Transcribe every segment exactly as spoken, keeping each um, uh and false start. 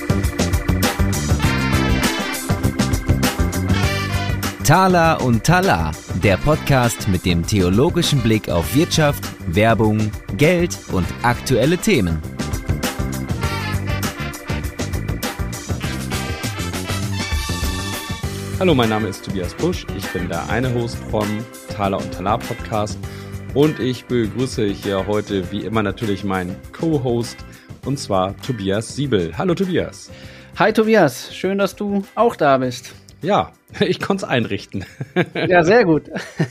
Thaler und Thaler, der Podcast mit dem theologischen Blick auf Wirtschaft, Werbung, Geld und aktuelle Themen. Hallo, mein Name ist Tobias Busch, ich bin der eine Host vom Thaler und Thaler Podcast und ich begrüße hier heute wie immer natürlich meinen Co-Host und zwar Tobias Siebel. Hallo Tobias. Hi Tobias, schön, dass du auch da bist. Ja, ich konnte es einrichten. Ja, sehr gut.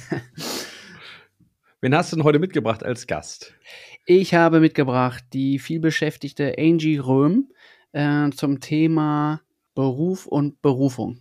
Wen hast du denn heute mitgebracht als Gast? Ich habe mitgebracht die vielbeschäftigte Angie Röhm äh, zum Thema Beruf und Berufung.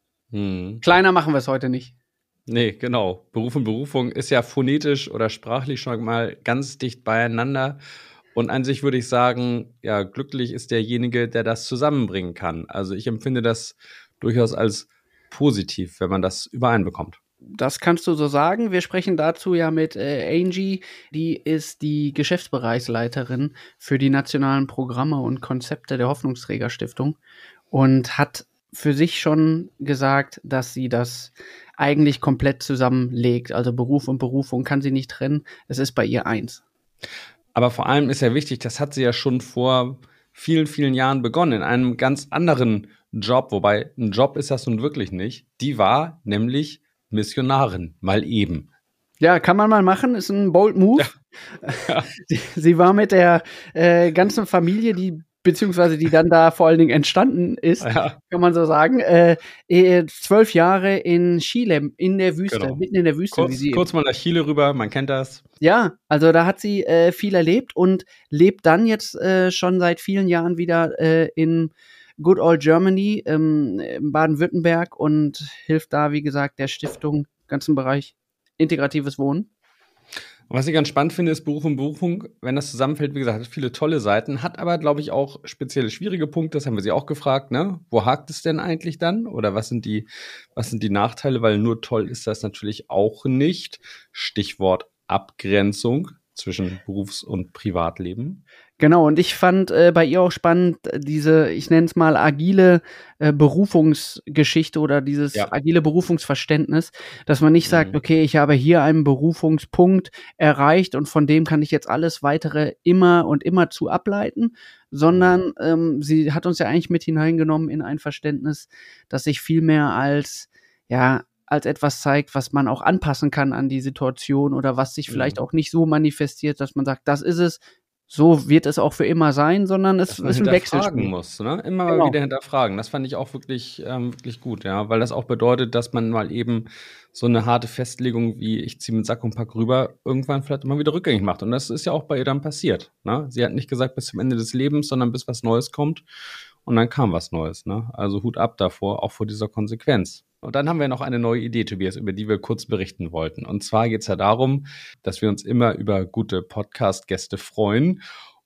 Hm. Kleiner machen wir es heute nicht. Nee, genau. Beruf und Berufung ist ja phonetisch oder sprachlich schon mal ganz dicht beieinander. Und an sich würde ich sagen, ja, glücklich ist derjenige, der das zusammenbringen kann. Also ich empfinde das durchaus als positiv, wenn man das übereinbekommt. Das kannst du so sagen. Wir sprechen dazu ja mit äh, Angie, die ist die Geschäftsbereichsleiterin für die nationalen Programme und Konzepte der Hoffnungsträger-Stiftung und hat für sich schon gesagt, dass sie das eigentlich komplett zusammenlegt. Also Beruf und Berufung kann sie nicht trennen. Es ist bei ihr eins. Aber vor allem ist ja wichtig, das hat sie ja schon vor vielen, vielen Jahren begonnen, in einem ganz anderen Job, wobei ein Job ist das nun wirklich nicht. Die war nämlich Missionarin, mal eben. Ja, kann man mal machen, ist ein bold Move. Ja. Ja. Sie, sie war mit der äh, ganzen Familie, die beziehungsweise die dann da vor allen Dingen entstanden ist, ja. Kann man so sagen, äh, zwölf Jahre in Chile, in der Wüste, genau. Mitten in der Wüste. Kurz, wie sie kurz mal nach Chile rüber, man kennt das. Ja, also da hat sie äh, viel erlebt und lebt dann jetzt äh, schon seit vielen Jahren wieder äh, in Good Old Germany, ähm, in Baden-Württemberg und hilft da, wie gesagt, der Stiftung, ganzen Bereich integratives Wohnen. Was ich ganz spannend finde, ist Beruf und Berufung, wenn das zusammenfällt, wie gesagt, hat viele tolle Seiten, hat aber, glaube ich, auch spezielle schwierige Punkte, das haben wir sie auch gefragt, ne? Wo hakt es denn eigentlich dann? Oder was sind die, was sind die Nachteile? Weil nur toll ist das natürlich auch nicht. Stichwort Abgrenzung zwischen Berufs- und Privatleben. Genau, und ich fand äh, bei ihr auch spannend, diese, ich nenne es mal agile äh, Berufungsgeschichte oder dieses ja. agile Berufungsverständnis, dass man nicht mhm. sagt, okay, ich habe hier einen Berufungspunkt erreicht und von dem kann ich jetzt alles weitere immer und immer zu ableiten, sondern ähm, sie hat uns ja eigentlich mit hineingenommen in ein Verständnis, das sich viel mehr als, ja, als etwas zeigt, was man auch anpassen kann an die Situation oder was sich mhm. vielleicht auch nicht so manifestiert, dass man sagt, das ist es, so wird es auch für immer sein, sondern es ist ein Wechselspiel. Muss, ne? Immer genau. mal wieder hinterfragen. Das fand ich auch wirklich, ähm, wirklich gut, ja, weil das auch bedeutet, dass man mal eben so eine harte Festlegung wie ich ziehe mit Sack und Pack rüber irgendwann vielleicht immer wieder rückgängig macht. Und das ist ja auch bei ihr dann passiert. Ne? Sie hat nicht gesagt bis zum Ende des Lebens, sondern bis was Neues kommt. Und dann kam was Neues. Ne? Also Hut ab davor, auch vor dieser Konsequenz. Und dann haben wir noch eine neue Idee, Tobias, über die wir kurz berichten wollten. Und zwar geht es ja darum, dass wir uns immer über gute Podcast-Gäste freuen.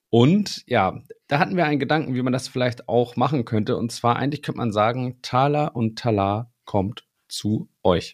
Und ja, da hatten wir einen Gedanken, wie man das vielleicht auch machen könnte. Und zwar eigentlich könnte man sagen, Thaler und Thaler kommt zu euch.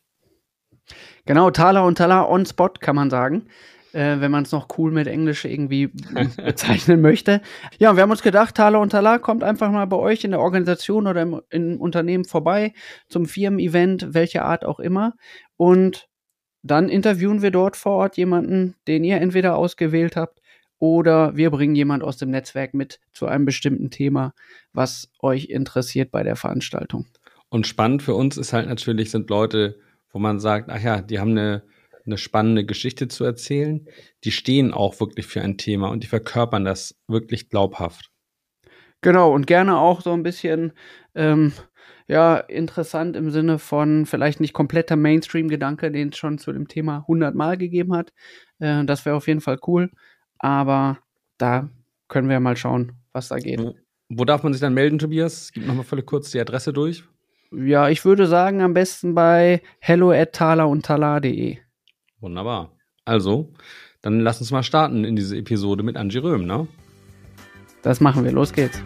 Genau, Thaler und Thaler on Spot, kann man sagen. Äh, wenn man es noch cool mit Englisch irgendwie bezeichnen möchte. Ja, und wir haben uns gedacht, Thaler und Thaler kommt einfach mal bei euch in der Organisation oder im, im Unternehmen vorbei zum Firmen-Event, welche Art auch immer. Und dann interviewen wir dort vor Ort jemanden, den ihr entweder ausgewählt habt oder wir bringen jemand aus dem Netzwerk mit zu einem bestimmten Thema, was euch interessiert bei der Veranstaltung. Und spannend für uns ist halt natürlich, sind Leute, wo man sagt, ach ja, die haben eine eine spannende Geschichte zu erzählen. Die stehen auch wirklich für ein Thema und die verkörpern das wirklich glaubhaft. Genau, und gerne auch so ein bisschen ähm, ja, interessant im Sinne von vielleicht nicht kompletter Mainstream-Gedanke, den es schon zu dem Thema hundertmal gegeben hat. Äh, das wäre auf jeden Fall cool, aber da können wir mal schauen, was da geht. Wo, wo darf man sich dann melden, Tobias? Gib nochmal völlig kurz die Adresse durch. Ja, ich würde sagen, am besten bei hello at thaler und thaler punkt de. Wunderbar. Also, dann lass uns mal starten in diese Episode mit Angie Röhm, ne? Das machen wir. Los geht's.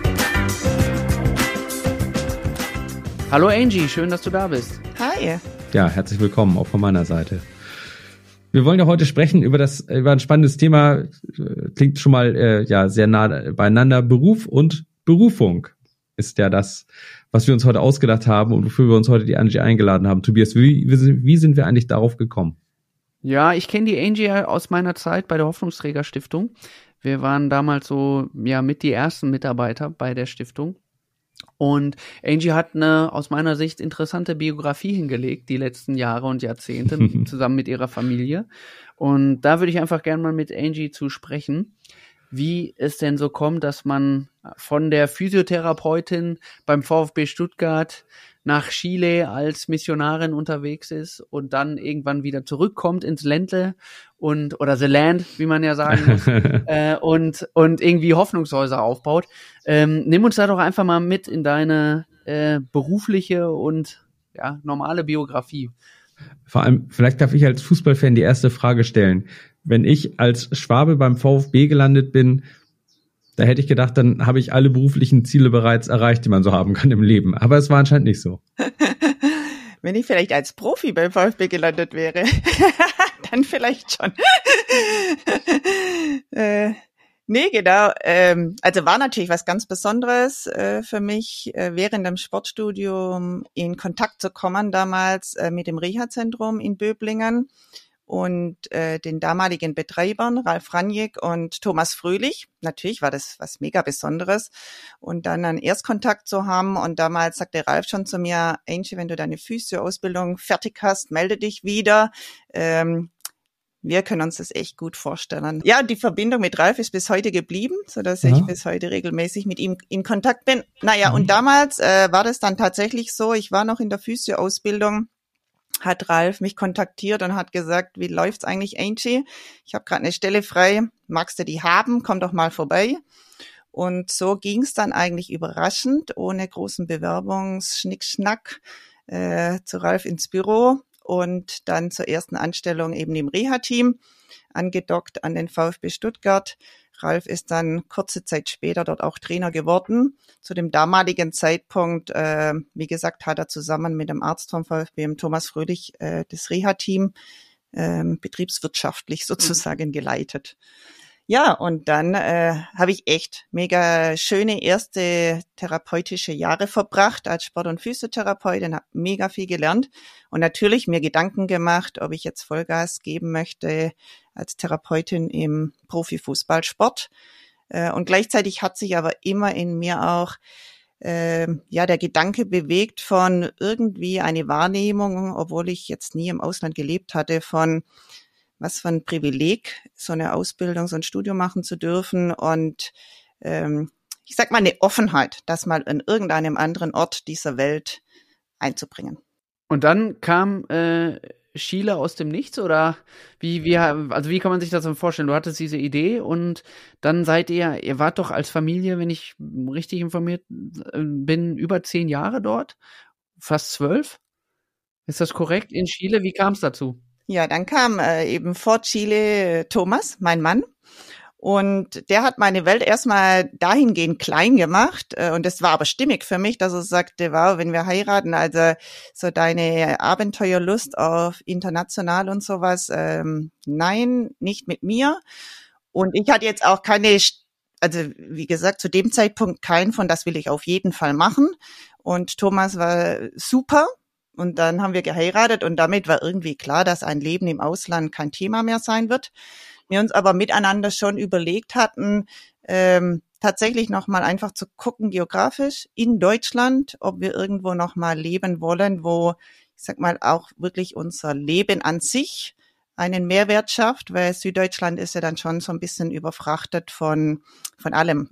Hallo Angie, schön, dass du da bist. Hi. ja, herzlich willkommen auch von meiner Seite. Wir wollen ja heute sprechen über das über ein spannendes Thema, klingt schon mal äh, ja sehr nah beieinander. Beruf und Berufung ist ja das, was wir uns heute ausgedacht haben und wofür wir uns heute die Angie eingeladen haben. Tobias, wie, wie, wie sind wir eigentlich darauf gekommen? Ja, ich kenne die Angie aus meiner Zeit bei der Hoffnungsträger-Stiftung. Wir waren damals so ja mit die ersten Mitarbeiter bei der Stiftung. Und Angie hat eine aus meiner Sicht interessante Biografie hingelegt, die letzten Jahre und Jahrzehnte, zusammen mit ihrer Familie. Und da würde ich einfach gerne mal mit Angie zu sprechen, wie es denn so kommt, dass man von der Physiotherapeutin beim VfB Stuttgart nach Chile als Missionarin unterwegs ist und dann irgendwann wieder zurückkommt ins Ländle und oder The Land, wie man ja sagen muss, äh, und und irgendwie Hoffnungshäuser aufbaut. Ähm, nimm uns da doch einfach mal mit in deine äh, berufliche und ja normale Biografie. Vor allem, vielleicht darf ich als Fußballfan die erste Frage stellen. Wenn ich als Schwabe beim VfB gelandet bin, da hätte ich gedacht, dann habe ich alle beruflichen Ziele bereits erreicht, die man so haben kann im Leben. Aber es war anscheinend nicht so. Wenn ich vielleicht als Profi beim VfB gelandet wäre, dann vielleicht schon. äh, nee, genau. Ähm, also war natürlich was ganz Besonderes äh, für mich, äh, während dem Sportstudium in Kontakt zu kommen, damals äh, mit dem Reha-Zentrum in Böblingen und äh, den damaligen Betreibern, Ralf Ranjik und Thomas Fröhlich. Natürlich war das was mega Besonderes. Und dann einen Erstkontakt zu haben. Und damals sagte Ralf schon zu mir, Angie, wenn du deine Physio-Ausbildung fertig hast, melde dich wieder. Ähm, wir können uns das echt gut vorstellen. Ja, die Verbindung mit Ralf ist bis heute geblieben, sodass ja. ich bis heute regelmäßig mit ihm in Kontakt bin. Naja, mhm. und damals äh, war das dann tatsächlich so, ich war noch in der Physio-Ausbildung, hat Ralf mich kontaktiert und hat gesagt, wie läuft's eigentlich, Angie? Ich habe gerade eine Stelle frei, magst du die haben? Komm doch mal vorbei. Und so ging's dann eigentlich überraschend, ohne großen Bewerbungsschnickschnack, äh, zu Ralf ins Büro und dann zur ersten Anstellung eben im Reha-Team, angedockt an den VfB Stuttgart. Ralf ist dann kurze Zeit später dort auch Trainer geworden. Zu dem damaligen Zeitpunkt, äh, wie gesagt, hat er zusammen mit dem Arzt vom VfB, dem Thomas Fröhlich, äh, das Reha-Team äh, betriebswirtschaftlich sozusagen geleitet. Ja, und dann äh, habe ich echt mega schöne erste therapeutische Jahre verbracht als Sport- und Physiotherapeutin, habe mega viel gelernt und natürlich mir Gedanken gemacht, ob ich jetzt Vollgas geben möchte als Therapeutin im Profifußballsport. Äh, und gleichzeitig hat sich aber immer in mir auch äh, ja der Gedanke bewegt von irgendwie eine Wahrnehmung, obwohl ich jetzt nie im Ausland gelebt hatte, von was für ein Privileg, so eine Ausbildung, so ein Studium machen zu dürfen und ähm, ich sag mal eine Offenheit, das mal in irgendeinem anderen Ort dieser Welt einzubringen. Und dann kam äh, Chile aus dem Nichts oder wie, wie, also wie kann man sich das dann vorstellen? Du hattest diese Idee und dann seid ihr, ihr wart doch als Familie, wenn ich richtig informiert bin, über zehn Jahre dort, fast zwölf. Ist das korrekt in Chile? Wie kam es dazu? Ja, dann kam äh, eben vor Chile äh, Thomas, mein Mann, und der hat meine Welt erstmal dahingehend klein gemacht äh, und das war aber stimmig für mich, dass er sagte, wow, wenn wir heiraten, also so deine Abenteuerlust auf international und sowas, ähm, nein, nicht mit mir. Und ich hatte jetzt auch keine, also wie gesagt, zu dem Zeitpunkt kein von, das will ich auf jeden Fall machen. Und Thomas war super. Und dann haben wir geheiratet und damit war irgendwie klar, dass ein Leben im Ausland kein Thema mehr sein wird. Wir uns aber miteinander schon überlegt hatten, ähm, tatsächlich nochmal einfach zu gucken, geografisch in Deutschland, ob wir irgendwo nochmal leben wollen, wo, ich sag mal, auch wirklich unser Leben an sich einen Mehrwert schafft, weil Süddeutschland ist ja dann schon so ein bisschen überfrachtet von von allem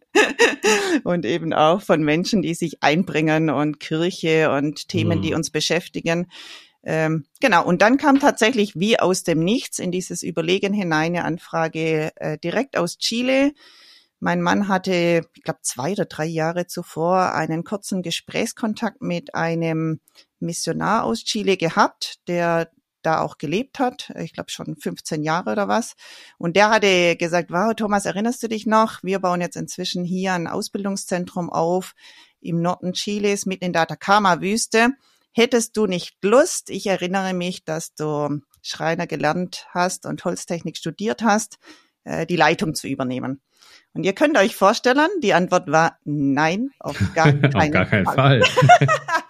und eben auch von Menschen, die sich einbringen und Kirche und Themen, mhm. die uns beschäftigen. Ähm, genau, und dann kam tatsächlich wie aus dem Nichts in dieses Überlegen hinein eine Anfrage äh, direkt aus Chile. Mein Mann hatte, ich glaube, zwei oder drei Jahre zuvor einen kurzen Gesprächskontakt mit einem Missionar aus Chile gehabt, der da auch gelebt hat, ich glaube schon fünfzehn Jahre oder was. Und der hatte gesagt, wow, Thomas, erinnerst du dich noch? Wir bauen jetzt inzwischen hier ein Ausbildungszentrum auf im Norden Chiles, mitten in der Atacama-Wüste. hättest du nicht Lust, ich erinnere mich, dass du Schreiner gelernt hast und Holztechnik studiert hast, äh, die Leitung zu übernehmen? Und ihr könnt euch vorstellen, die Antwort war nein, auf gar keinen, auf gar keinen Fall. Fall.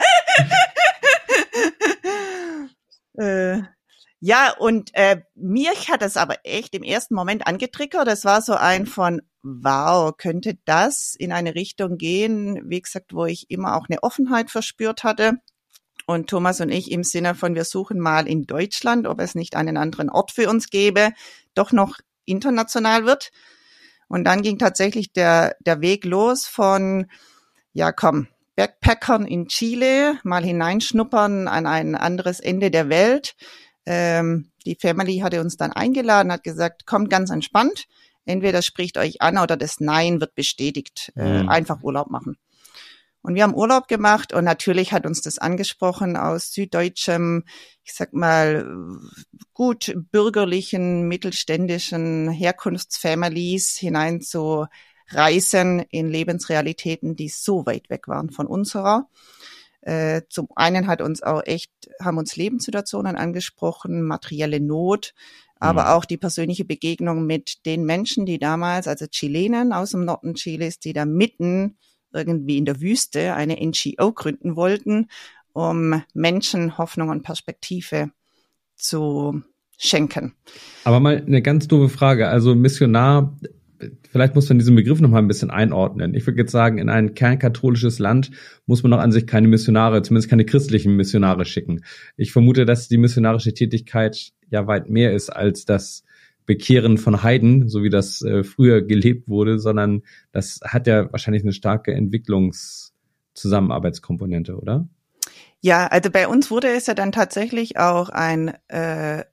äh, ja, und äh, mich hat es aber echt im ersten Moment angetriggert. Das war so ein von, wow, könnte das in eine Richtung gehen, wie gesagt, wo ich immer auch eine Offenheit verspürt hatte. Und Thomas und ich im Sinne von, wir suchen mal in Deutschland, ob es nicht einen anderen Ort für uns gäbe, doch noch international wird. Und dann ging tatsächlich der der Weg los von, ja komm, Backpackern in Chile, mal hineinschnuppern an ein anderes Ende der Welt. Ähm, die Family hatte uns dann eingeladen, hat gesagt, kommt ganz entspannt. Entweder spricht euch an oder das Nein wird bestätigt. Äh, mhm. Einfach Urlaub machen. Und wir haben Urlaub gemacht und natürlich hat uns das angesprochen, aus süddeutschem, ich sag mal, gut bürgerlichen, mittelständischen Herkunftsfamilies hinein zu reisen in Lebensrealitäten, die so weit weg waren von unserer. Äh, zum einen hat uns auch echt, haben uns Lebenssituationen angesprochen, materielle Not, aber mhm. auch die persönliche Begegnung mit den Menschen, die damals, also Chilenen aus dem Norden Chiles, die da mitten irgendwie in der Wüste eine N G O gründen wollten, um Menschen Hoffnung und Perspektive zu schenken. Aber mal eine ganz doofe Frage. Also Missionar, vielleicht muss man diesen Begriff noch mal ein bisschen einordnen. Ich würde jetzt sagen, in ein kernkatholisches Land muss man noch an sich keine Missionare, zumindest keine christlichen Missionare schicken. Ich vermute, dass die missionarische Tätigkeit ja weit mehr ist als das Bekehren von Heiden, so wie das äh, früher gelebt wurde, sondern das hat ja wahrscheinlich eine starke Entwicklungszusammenarbeitskomponente, oder? Ja, also bei uns wurde es ja dann tatsächlich auch ein äh,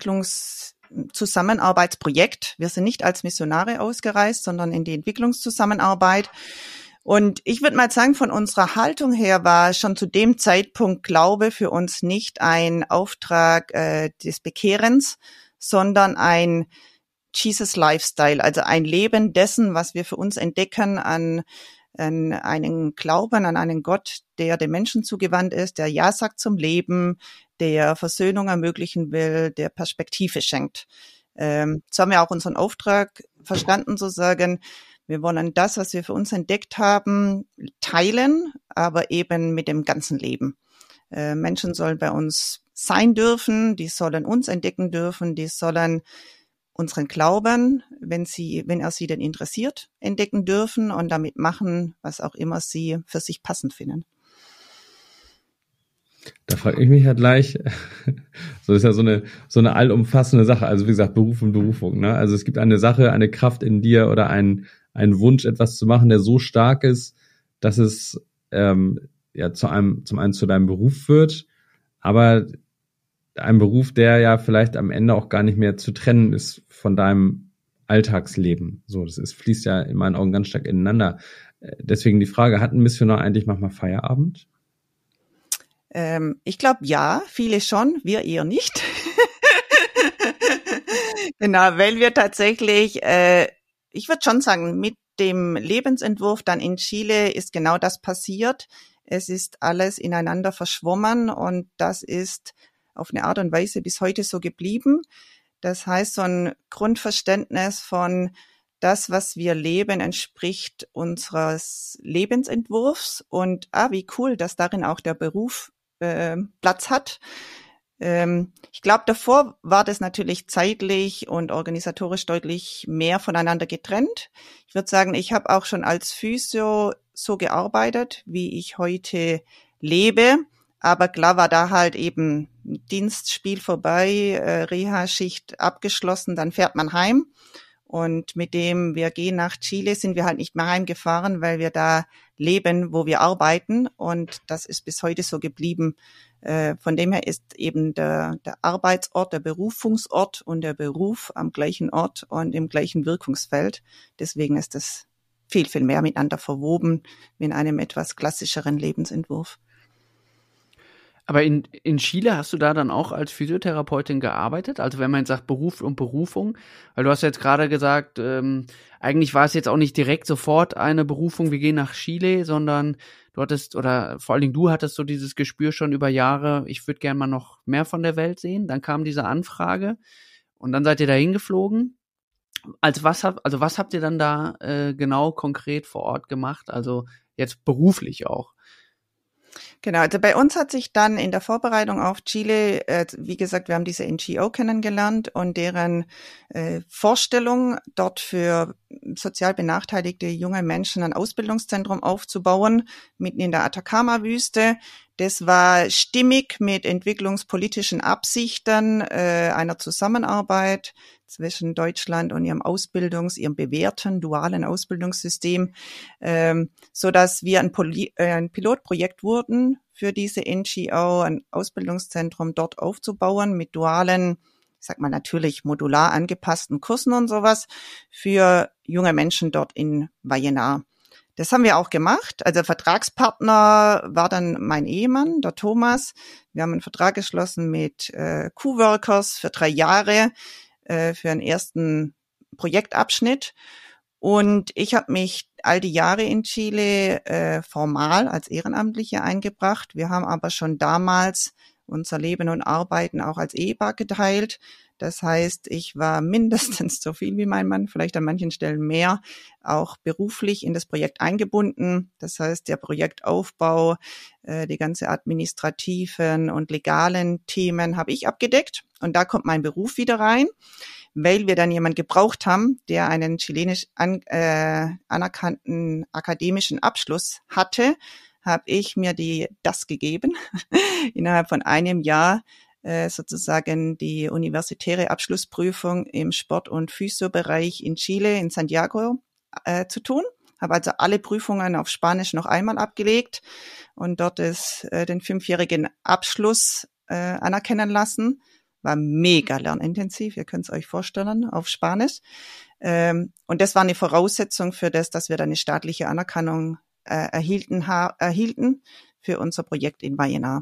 Entwicklungszusammenarbeitsprojekt. Wir sind nicht als Missionare ausgereist, sondern in die Entwicklungszusammenarbeit. Und ich würde mal sagen, von unserer Haltung her war schon zu dem Zeitpunkt Glaube für uns nicht ein Auftrag äh, des Bekehrens, sondern ein Jesus Lifestyle, also ein Leben dessen, was wir für uns entdecken an, an einen Glauben, an einen Gott, der dem Menschen zugewandt ist, der Ja sagt zum Leben, der Versöhnung ermöglichen will, der Perspektive schenkt. Ähm, so haben wir auch unseren Auftrag verstanden, zu sagen, wir wollen das, was wir für uns entdeckt haben, teilen, aber eben mit dem ganzen Leben. Äh, Menschen sollen bei uns sein dürfen, die sollen uns entdecken dürfen, die sollen unseren Glauben, wenn sie, wenn er sie denn interessiert, entdecken dürfen und damit machen, was auch immer sie für sich passend finden. Da frage ich mich halt gleich, so ist ja so eine so eine allumfassende Sache, also wie gesagt, Beruf und Berufung, ne? Also es gibt eine Sache, eine Kraft in dir oder ein ein Wunsch, etwas zu machen, der so stark ist, dass es ähm, ja zu einem zum einen zu deinem Beruf wird, aber ein Beruf, der ja vielleicht am Ende auch gar nicht mehr zu trennen ist von deinem Alltagsleben. So, das ist, fließt ja in meinen Augen ganz stark ineinander. Deswegen die Frage, hat ein Missionar eigentlich manchmal Feierabend? Ähm, ich glaube, ja, viele schon, wir eher nicht. Genau, weil wir tatsächlich, äh, ich würde schon sagen, mit dem Lebensentwurf dann in Chile ist genau das passiert. Es ist alles ineinander verschwommen und das ist auf eine Art und Weise bis heute so geblieben. Das heißt, so ein Grundverständnis von das, was wir leben, entspricht unseres Lebensentwurfs und ah, wie cool, dass darin auch der Beruf äh, Platz hat. Ähm, ich glaube, davor war das natürlich zeitlich und organisatorisch deutlich mehr voneinander getrennt. Ich würde sagen, ich habe auch schon als Physio so gearbeitet, wie ich heute lebe. Aber klar war da halt eben Dienstspiel vorbei, äh, Reha-Schicht abgeschlossen, dann fährt man heim. Und mit dem wir gehen nach Chile sind wir halt nicht mehr heimgefahren, weil wir da leben, wo wir arbeiten. Und das ist bis heute so geblieben. Äh, von dem her ist eben der, der Arbeitsort, der Berufungsort und der Beruf am gleichen Ort und im gleichen Wirkungsfeld. Deswegen ist das viel, viel mehr miteinander verwoben wie in einem etwas klassischeren Lebensentwurf. Aber in, in Chile hast du da dann auch als Physiotherapeutin gearbeitet? Also wenn man jetzt sagt Beruf und Berufung, weil du hast jetzt gerade gesagt, ähm, eigentlich war es jetzt auch nicht direkt sofort eine Berufung, wir gehen nach Chile, sondern du hattest, oder vor allen Dingen du hattest so dieses Gespür schon über Jahre, ich würde gerne mal noch mehr von der Welt sehen. Dann kam diese Anfrage und dann seid ihr da hingeflogen. Als was habt, also was habt ihr dann da äh, genau konkret vor Ort gemacht? Also jetzt beruflich auch. Genau, also bei uns hat sich dann in der Vorbereitung auf Chile, äh, wie gesagt, wir haben diese N G O kennengelernt und deren äh, Vorstellung, dort für sozial benachteiligte junge Menschen ein Ausbildungszentrum aufzubauen, mitten in der Atacama-Wüste. Das war stimmig mit entwicklungspolitischen Absichten äh, einer Zusammenarbeit zwischen Deutschland und ihrem Ausbildungs-, ihrem bewährten dualen Ausbildungssystem, ähm, so dass wir ein, Poli- äh, ein Pilotprojekt wurden für diese N G O, ein Ausbildungszentrum dort aufzubauen mit dualen, ich sag mal natürlich modular angepassten Kursen und sowas für junge Menschen dort in Vallenar. Das haben wir auch gemacht. Also Vertragspartner war dann mein Ehemann, der Thomas. Wir haben einen Vertrag geschlossen mit äh, Q-Workers für drei Jahre äh, für einen ersten Projektabschnitt. Und ich habe mich all die Jahre in Chile äh, formal als Ehrenamtliche eingebracht. Wir haben aber schon damals unser Leben und Arbeiten auch als Ehepaar geteilt. Das heißt, ich war mindestens so viel wie mein Mann, vielleicht an manchen Stellen mehr, auch beruflich in das Projekt eingebunden. Das heißt, der Projektaufbau, äh, die ganze administrativen und legalen Themen habe ich abgedeckt. Und da kommt mein Beruf wieder rein, weil wir dann jemanden gebraucht haben, der einen chilenisch an, äh, anerkannten akademischen Abschluss hatte, habe ich mir die das gegeben, innerhalb von einem Jahr sozusagen die universitäre Abschlussprüfung im Sport- und Physio-Bereich in Chile, in Santiago, äh, zu tun. Habe also alle Prüfungen auf Spanisch noch einmal abgelegt und dort ist, äh, den fünfjährigen Abschluss äh, anerkennen lassen. War mega lernintensiv, ihr könnt es euch vorstellen, auf Spanisch. Ähm, und das war eine Voraussetzung für das, dass wir dann eine staatliche Anerkennung äh, erhielten, ha- erhielten für unser Projekt in Vallenar.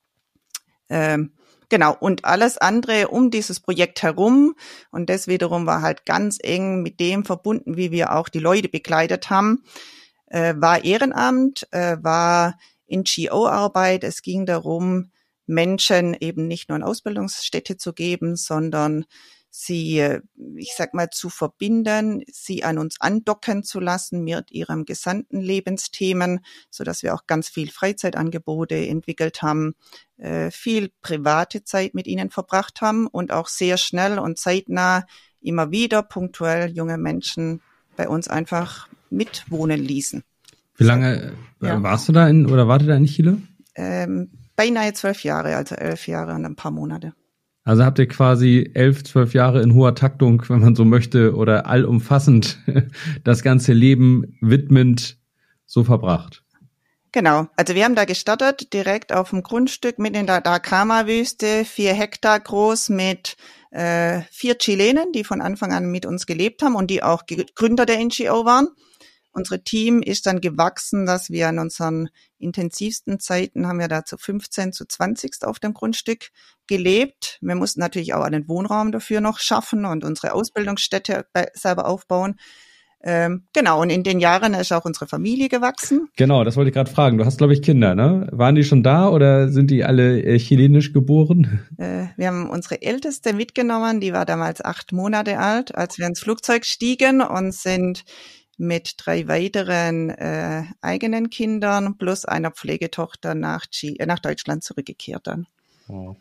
Ähm, Genau, und alles andere um dieses Projekt herum, und das wiederum war halt ganz eng mit dem verbunden, wie wir auch die Leute begleitet haben, äh, war Ehrenamt, äh, war N G O-Arbeit. Es ging darum, Menschen eben nicht nur eine Ausbildungsstätte zu geben, sondern sie, ich sag mal, zu verbinden, sie an uns andocken zu lassen mit ihrem gesamten Lebensthemen, so dass wir auch ganz viel Freizeitangebote entwickelt haben, äh, viel private Zeit mit ihnen verbracht haben und auch sehr schnell und zeitnah immer wieder punktuell junge Menschen bei uns einfach mitwohnen ließen. Wie lange äh, ja. warst du da in, oder wart ihr da in Chile? Ähm, beinahe zwölf Jahre, also elf Jahre und ein paar Monate. Also habt ihr quasi elf, zwölf Jahre in hoher Taktung, wenn man so möchte, oder allumfassend das ganze Leben widmend so verbracht? Genau, also wir haben da gestartet, direkt auf dem Grundstück mitten in der Atacama-Wüste, vier Hektar groß mit äh, vier Chilenen, die von Anfang an mit uns gelebt haben und die auch Gründer der N G O waren. Unser Team ist dann gewachsen, dass wir an unseren intensivsten Zeiten haben wir da zu fünfzehn, zu zwanzig auf dem Grundstück gelebt. Wir mussten natürlich auch einen Wohnraum dafür noch schaffen und unsere Ausbildungsstätte selber aufbauen. Ähm, genau, und in den Jahren ist auch unsere Familie gewachsen. Genau, das wollte ich gerade fragen. Du hast, glaube ich, Kinder, ne? Waren die schon da oder sind die alle äh, chilenisch geboren? Äh, wir haben unsere Älteste mitgenommen, die war damals acht Monate alt, als wir ins Flugzeug stiegen und sind mit drei weiteren äh, eigenen Kindern plus einer Pflegetochter nach, G- äh, nach Deutschland zurückgekehrt dann. Oh.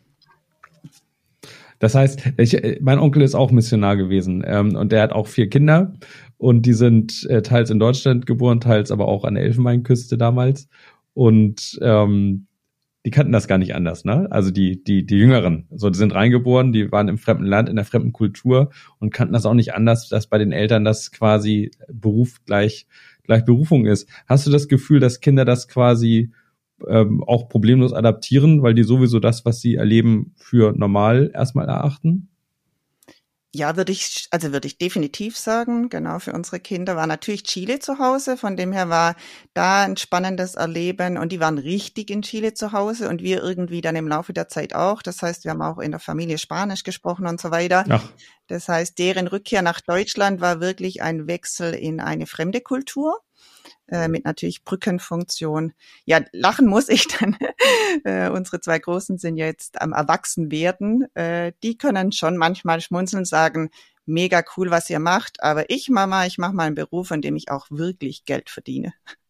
Das heißt, ich, mein Onkel ist auch Missionar gewesen ähm, und der hat auch vier Kinder und die sind äh, teils in Deutschland geboren, teils aber auch an der Elfenbeinküste damals und ähm, die kannten das gar nicht anders, ne? Also die die die Jüngeren, so die sind reingeboren, die waren im fremden Land, in der fremden Kultur und kannten das auch nicht anders, dass bei den Eltern das quasi Beruf gleich gleich Berufung ist. Hast du das Gefühl, dass Kinder das quasi ähm, auch problemlos adaptieren, weil die sowieso das, was sie erleben, für normal erstmal erachten? Ja, würde ich, also würde ich definitiv sagen, genau, für unsere Kinder war natürlich Chile zu Hause, von dem her war da ein spannendes Erleben und die waren richtig in Chile zu Hause und wir irgendwie dann im Laufe der Zeit auch. Das heißt, wir haben auch in der Familie Spanisch gesprochen und so weiter. Ach. Das heißt, deren Rückkehr nach Deutschland war wirklich ein Wechsel in eine fremde Kultur. Äh, mit natürlich Brückenfunktion. Ja, lachen muss ich dann. äh, unsere zwei Großen sind jetzt am Erwachsenwerden. Äh, die können schon manchmal schmunzeln, sagen, mega cool, was ihr macht, aber ich, Mama, ich mache mal einen Beruf, an dem ich auch wirklich Geld verdiene.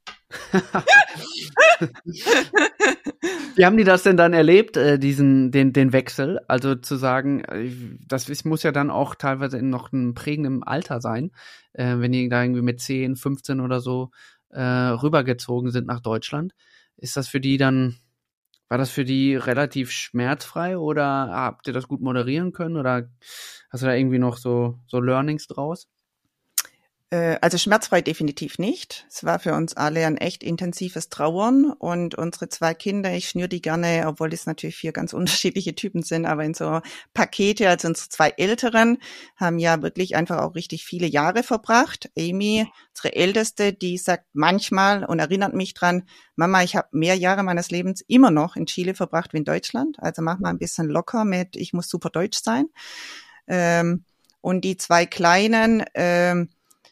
Wie haben die das denn dann erlebt, äh, diesen, den, den Wechsel? Also zu sagen, das ist, muss ja dann auch teilweise in noch einem prägenden Alter sein, äh, wenn die da irgendwie mit zehn, fünfzehn oder so äh, rübergezogen sind nach Deutschland. Ist das für die dann, war das für die relativ schmerzfrei oder habt ihr das gut moderieren können oder hast du da irgendwie noch so, so Learnings draus? Also schmerzfrei definitiv nicht. Es war für uns alle ein echt intensives Trauern und unsere zwei Kinder, ich schnüre die gerne, obwohl es natürlich vier ganz unterschiedliche Typen sind, aber in so Pakete, also unsere zwei Älteren haben ja wirklich einfach auch richtig viele Jahre verbracht. Amy, unsere Älteste, die sagt manchmal und erinnert mich dran, Mama, ich habe mehr Jahre meines Lebens immer noch in Chile verbracht wie in Deutschland, also mach mal ein bisschen locker mit, ich muss super deutsch sein. Und die zwei Kleinen, ähm,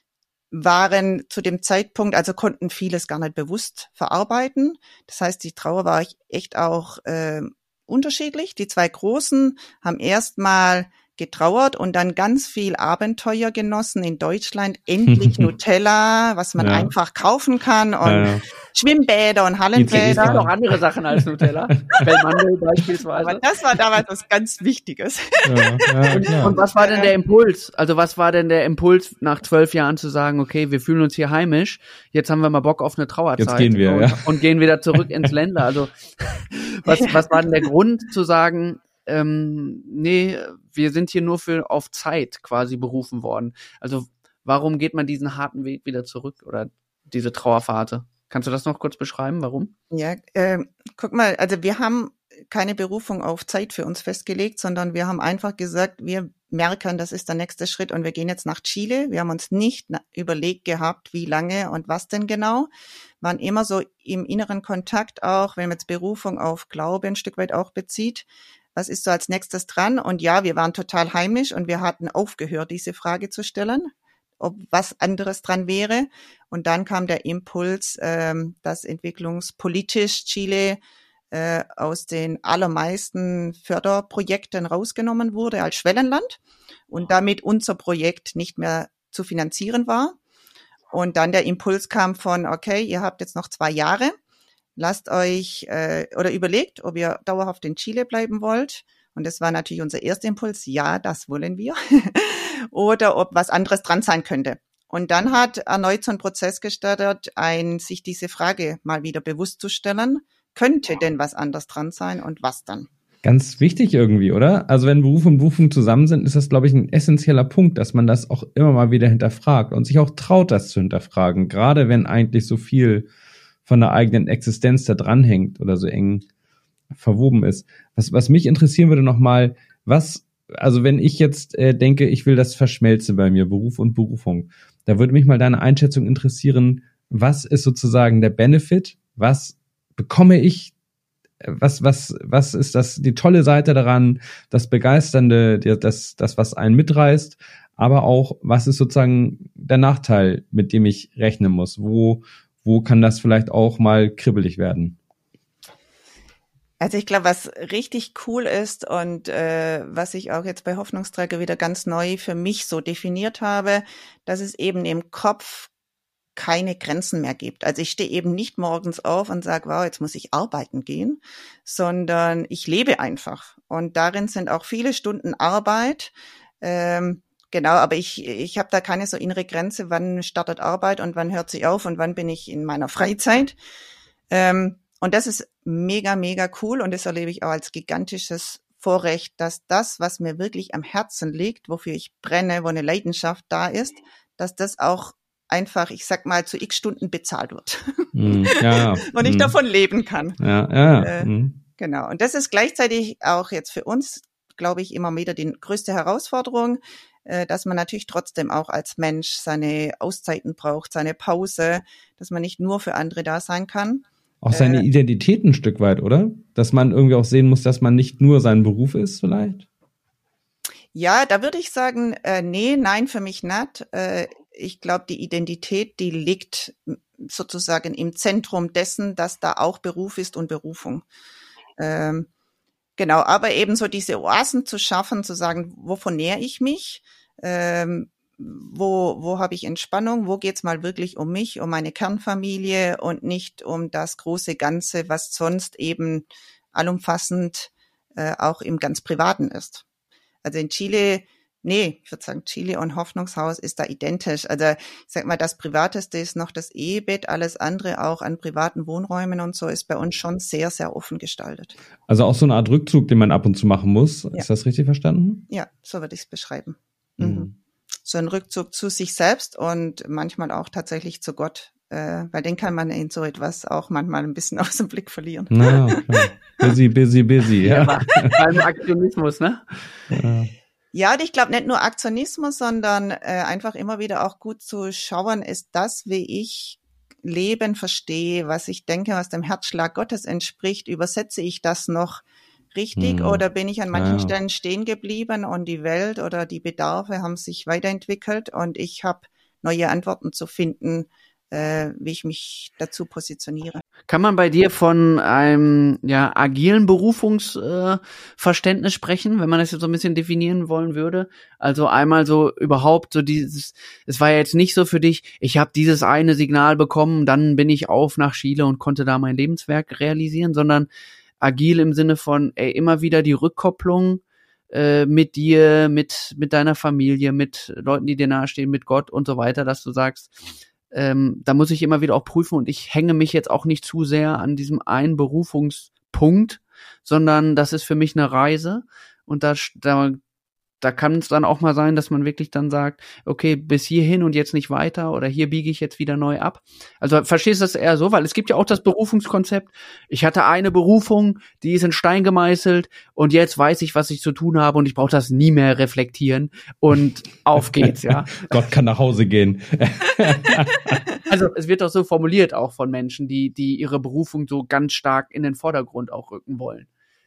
waren zu dem Zeitpunkt, also konnten vieles gar nicht bewusst verarbeiten. Das heißt, die Trauer war echt auch äh, unterschiedlich. Die zwei Großen haben erstmal getrauert und dann ganz viel Abenteuer genossen in Deutschland. Endlich Nutella, was man ja. einfach kaufen kann und ja, ja. Schwimmbäder und Hallenbäder. Es gibt auch andere Sachen als Nutella. Belmando beispielsweise. Aber das war damals was ganz Wichtiges. Ja, ja, und, und was war denn der Impuls? Also was war denn der Impuls nach zwölf Jahren zu sagen, okay, wir fühlen uns hier heimisch, jetzt haben wir mal Bock auf eine Trauerzeit. Jetzt gehen wir, und, ja. und gehen wieder zurück ins Länder. Also was, was war denn der Grund zu sagen, ähm, nee, wir sind hier nur für auf Zeit quasi berufen worden. Also warum geht man diesen harten Weg wieder zurück oder diese Trauerphase? Kannst du das noch kurz beschreiben, warum? Ja, äh, guck mal, also wir haben keine Berufung auf Zeit für uns festgelegt, sondern wir haben einfach gesagt, wir merken, das ist der nächste Schritt und wir gehen jetzt nach Chile. Wir haben uns nicht überlegt gehabt, wie lange und was denn genau. Waren immer so im inneren Kontakt auch, wenn man jetzt Berufung auf Glaube ein Stück weit auch bezieht. Was ist so als nächstes dran? Und ja, wir waren total heimisch und wir hatten aufgehört, diese Frage zu stellen, ob was anderes dran wäre. Und dann kam der Impuls, ähm, dass entwicklungspolitisch Chile äh, aus den allermeisten Förderprojekten rausgenommen wurde als Schwellenland und damit unser Projekt nicht mehr zu finanzieren war. Und dann der Impuls kam von, okay, ihr habt jetzt noch zwei Jahre. Lasst euch äh, oder überlegt, ob ihr dauerhaft in Chile bleiben wollt. Und das war natürlich unser erster Impuls. Ja, das wollen wir. Oder ob was anderes dran sein könnte. Und dann hat erneut so ein Prozess gestartet, ein, sich diese Frage mal wieder bewusst zu stellen. Könnte denn was anderes dran sein und was dann? Ganz wichtig irgendwie, oder? Also wenn Beruf und Berufung zusammen sind, ist das, glaube ich, ein essentieller Punkt, dass man das auch immer mal wieder hinterfragt und sich auch traut, das zu hinterfragen. Gerade wenn eigentlich so viel von der eigenen Existenz da dranhängt oder so eng verwoben ist. Was, was mich interessieren würde nochmal, was, also wenn ich jetzt äh, denke, ich will das verschmelzen bei mir, Beruf und Berufung, da würde mich mal deine Einschätzung interessieren, was ist sozusagen der Benefit, was bekomme ich, was, was, was ist das, die tolle Seite daran, das Begeisternde, das, das, was einen mitreißt, aber auch, was ist sozusagen der Nachteil, mit dem ich rechnen muss, wo Wo kann das vielleicht auch mal kribbelig werden? Also ich glaube, was richtig cool ist und äh, was ich auch jetzt bei Hoffnungsträger wieder ganz neu für mich so definiert habe, dass es eben im Kopf keine Grenzen mehr gibt. Also ich stehe eben nicht morgens auf und sage, wow, jetzt muss ich arbeiten gehen, sondern ich lebe einfach. Und darin sind auch viele Stunden Arbeit. Ähm, genau, aber ich ich habe da keine so innere Grenze, wann startet Arbeit und wann hört sie auf und wann bin ich in meiner Freizeit. Ähm, und das ist mega, mega cool und das erlebe ich auch als gigantisches Vorrecht, dass das, was mir wirklich am Herzen liegt, wofür ich brenne, wo eine Leidenschaft da ist, dass das auch einfach, ich sag mal, zu x Stunden bezahlt wird. Mm, ja, und ich mm. davon leben kann. Ja, ja. Äh, mm. Genau. Und das ist gleichzeitig auch jetzt für uns, glaube ich, immer wieder die größte Herausforderung. äh, dass man natürlich trotzdem auch als Mensch seine Auszeiten braucht, seine Pause, dass man nicht nur für andere da sein kann. Auch seine äh, Identität ein Stück weit, oder? Dass man irgendwie auch sehen muss, dass man nicht nur sein Beruf ist vielleicht? Ja, da würde ich sagen, äh, nee, nein, für mich nicht. Äh, ich glaube, die Identität, die liegt sozusagen im Zentrum dessen, dass da auch Beruf ist und Berufung. Ähm, genau, aber eben so diese Oasen zu schaffen, zu sagen, wovon nähere ich mich? Ähm, wo wo habe ich Entspannung? Wo geht's mal wirklich um mich, um meine Kernfamilie und nicht um das große Ganze, was sonst eben allumfassend äh, auch im ganz Privaten ist. Also in Chile, nee, ich würde sagen, Chile und Hoffnungshaus ist da identisch. Also ich sag mal, das Privateste ist noch das Ehebett, alles andere auch an privaten Wohnräumen und so ist bei uns schon sehr, sehr offen gestaltet. Also auch so eine Art Rückzug, den man ab und zu machen muss. Ja. Ist das richtig verstanden? Ja, so würde ich es beschreiben. Mhm. Mhm. So ein Rückzug zu sich selbst und manchmal auch tatsächlich zu Gott, äh, weil den kann man in so etwas auch manchmal ein bisschen aus dem Blick verlieren. Na, klar. Busy, busy, busy. Ja, ja. Beim Aktionismus, ne? Ja. Ja, ich glaube nicht nur Aktionismus, sondern äh, einfach immer wieder auch gut zu schauen, ist das, wie ich Leben verstehe, was ich denke, was dem Herzschlag Gottes entspricht, übersetze ich das noch richtig hm. oder bin ich an manchen ja. Stellen stehen geblieben und die Welt oder die Bedarfe haben sich weiterentwickelt und ich habe neue Antworten zu finden, äh, wie ich mich dazu positioniere. Kann man bei dir von einem ja agilen Berufungsverständnis äh, sprechen, wenn man das jetzt so ein bisschen definieren wollen würde? Also einmal so überhaupt so dieses, es war ja jetzt nicht so für dich, ich habe dieses eine Signal bekommen, dann bin ich auf nach Chile und konnte da mein Lebenswerk realisieren, sondern agil im Sinne von ey, immer wieder die Rückkopplung äh, mit dir, mit mit deiner Familie, mit Leuten, die dir nahestehen, mit Gott und so weiter, dass du sagst, Ähm, da muss ich immer wieder auch prüfen und ich hänge mich jetzt auch nicht zu sehr an diesem einen Berufungspunkt, sondern das ist für mich eine Reise und da, da, da kann es dann auch mal sein, dass man wirklich dann sagt, okay, bis hierhin und jetzt nicht weiter oder hier biege ich jetzt wieder neu ab. Also verstehst du das eher so? Weil es gibt ja auch das Berufungskonzept, ich hatte eine Berufung, die ist in Stein gemeißelt und jetzt weiß ich, was ich zu tun habe und ich brauche das nie mehr reflektieren und auf geht's, ja. Gott kann nach Hause gehen. Also es wird doch so formuliert auch von Menschen, die die ihre Berufung so ganz stark in den Vordergrund auch rücken wollen.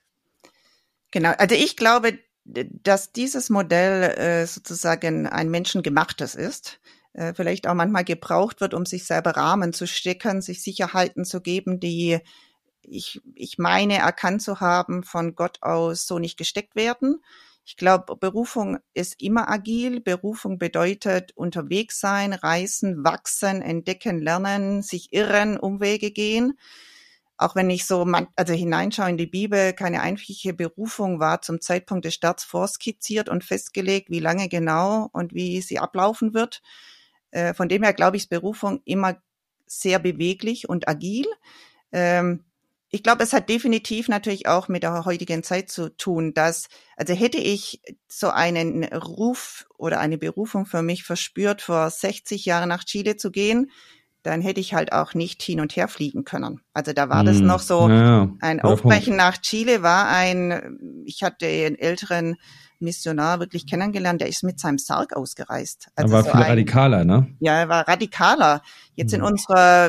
Genau, also ich glaube, dass dieses Modell äh, sozusagen ein menschengemachtes ist, äh, vielleicht auch manchmal gebraucht wird, um sich selber Rahmen zu stecken, sich Sicherheiten zu geben, die ich, ich meine erkannt zu haben, von Gott aus so nicht gesteckt werden. Ich glaube, Berufung ist immer agil. Berufung bedeutet unterwegs sein, reisen, wachsen, entdecken, lernen, sich irren, Umwege gehen. Auch wenn ich so also hineinschaue in die Bibel, keine einfache Berufung war zum Zeitpunkt des Starts vorskizziert und festgelegt, wie lange genau und wie sie ablaufen wird. Äh, von dem her glaube ich, ist Berufung immer sehr beweglich und agil. Ähm, ich glaube, es hat definitiv natürlich auch mit der heutigen Zeit zu tun, dass, also hätte ich so einen Ruf oder eine Berufung für mich verspürt, vor sechzig Jahren nach Chile zu gehen, dann hätte ich halt auch nicht hin und her fliegen können. Also da war das noch so, ja, ein Aufbrechen Punkt. Nach Chile war ein, ich hatte einen älteren Missionar wirklich kennengelernt, der ist mit seinem Sarg ausgereist. Also er war so viel ein, radikaler, ne? Ja, er war radikaler. Jetzt hm. in unserer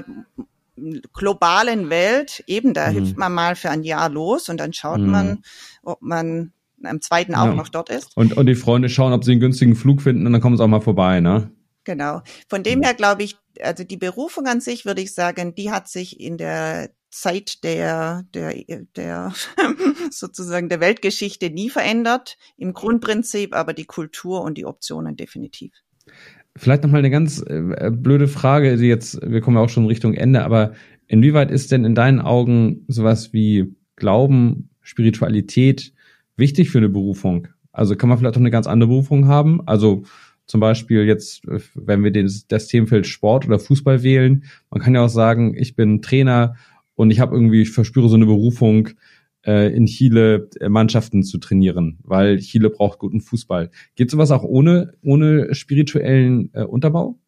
globalen Welt, eben, da hm. hilft man mal für ein Jahr los und dann schaut hm. man, ob man am zweiten auch ja. noch dort ist. Und, und die Freunde schauen, ob sie einen günstigen Flug finden und dann kommen sie auch mal vorbei, ne? Genau. Von dem her glaube ich, also die Berufung an sich, würde ich sagen, die hat sich in der Zeit der, der, der sozusagen der Weltgeschichte nie verändert, im Grundprinzip, aber die Kultur und die Optionen definitiv. Vielleicht nochmal eine ganz äh, blöde Frage, die jetzt, wir kommen ja auch schon Richtung Ende, aber inwieweit ist denn in deinen Augen sowas wie Glauben, Spiritualität wichtig für eine Berufung? Also kann man vielleicht auch eine ganz andere Berufung haben? Also zum Beispiel jetzt, wenn wir den, das Themenfeld Sport oder Fußball wählen, man kann ja auch sagen, ich bin Trainer und ich habe irgendwie, ich verspüre so eine Berufung, äh, in Chile Mannschaften zu trainieren, weil Chile braucht guten Fußball. Geht sowas auch ohne ohne spirituellen äh, Unterbau?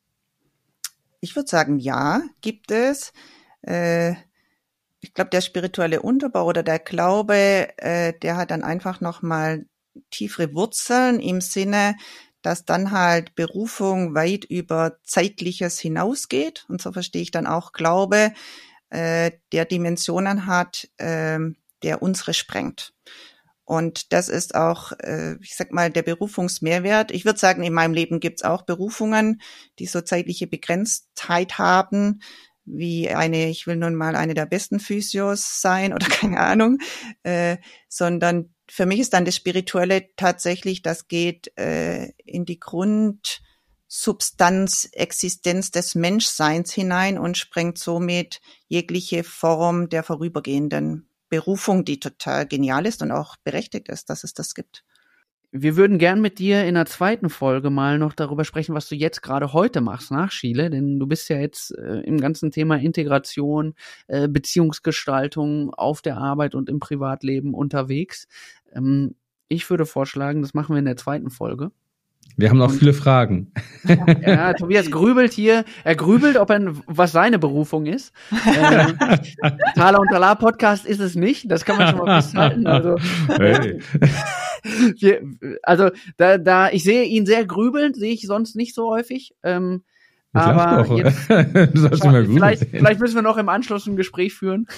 Ich würde sagen, ja, gibt es. Äh, ich glaube, der spirituelle Unterbau oder der Glaube, äh, der hat dann einfach nochmal tiefere Wurzeln im Sinne, dass dann halt Berufung weit über Zeitliches hinausgeht. Und so verstehe ich dann auch Glaube, äh, der Dimensionen hat, äh, der unsere sprengt. Und das ist auch, äh, ich sag mal, der Berufungsmehrwert. Ich würde sagen, in meinem Leben gibt's auch Berufungen, die so zeitliche Begrenztheit haben, wie eine, ich will nun mal eine der besten Physios sein oder keine Ahnung, äh, sondern für mich ist dann das Spirituelle tatsächlich, das geht äh, in die Grundsubstanz, Existenz des Menschseins hinein und sprengt somit jegliche Form der vorübergehenden Berufung, die total genial ist und auch berechtigt ist, dass es das gibt. Wir würden gern mit dir in der zweiten Folge mal noch darüber sprechen, was du jetzt gerade heute machst nach Chile, denn du bist ja jetzt äh, im ganzen Thema Integration, äh, Beziehungsgestaltung auf der Arbeit und im Privatleben unterwegs. Ähm, ich würde vorschlagen, das machen wir in der zweiten Folge. Wir haben noch und, viele Fragen. Ja, Tobias grübelt hier. Er grübelt, ob er, was seine Berufung ist. äh, Thaler und Talar Podcast ist es nicht. Das kann man schon mal festhalten. Also, hey. wir, also da, da, ich sehe ihn sehr grübeln, sehe ich sonst nicht so häufig. Ähm, ich aber jetzt, du sollst immer vielleicht, vielleicht müssen wir noch im Anschluss ein Gespräch führen.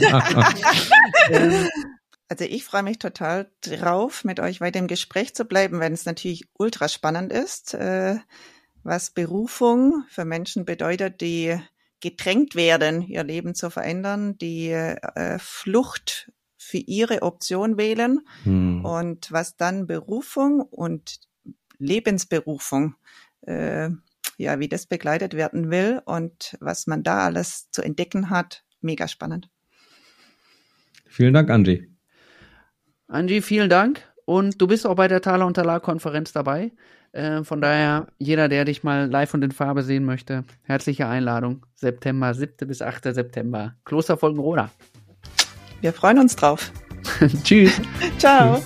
ähm, Also ich freue mich total drauf, mit euch weiter im Gespräch zu bleiben, wenn es natürlich ultra spannend ist, äh, was Berufung für Menschen bedeutet, die gedrängt werden, ihr Leben zu verändern, die äh, Flucht für ihre Option wählen hm. und was dann Berufung und Lebensberufung, äh, ja, wie das begleitet werden will und was man da alles zu entdecken hat, mega spannend. Vielen Dank, Angie. Angie, vielen Dank. Und du bist auch bei der Thaler und Talar Konferenz dabei. Äh, von daher, jeder, der dich mal live und in Farbe sehen möchte, herzliche Einladung. September, siebten bis achten September. Kloster Folgenroda. Wir freuen uns drauf. Tschüss. Ciao.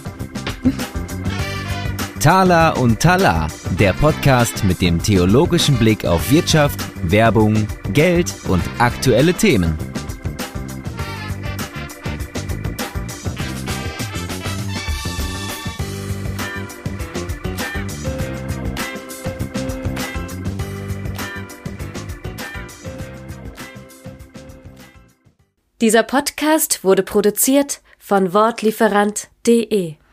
Thaler und Talar, der Podcast mit dem theologischen Blick auf Wirtschaft, Werbung, Geld und aktuelle Themen. Dieser Podcast wurde produziert von wortlieferant punkt de.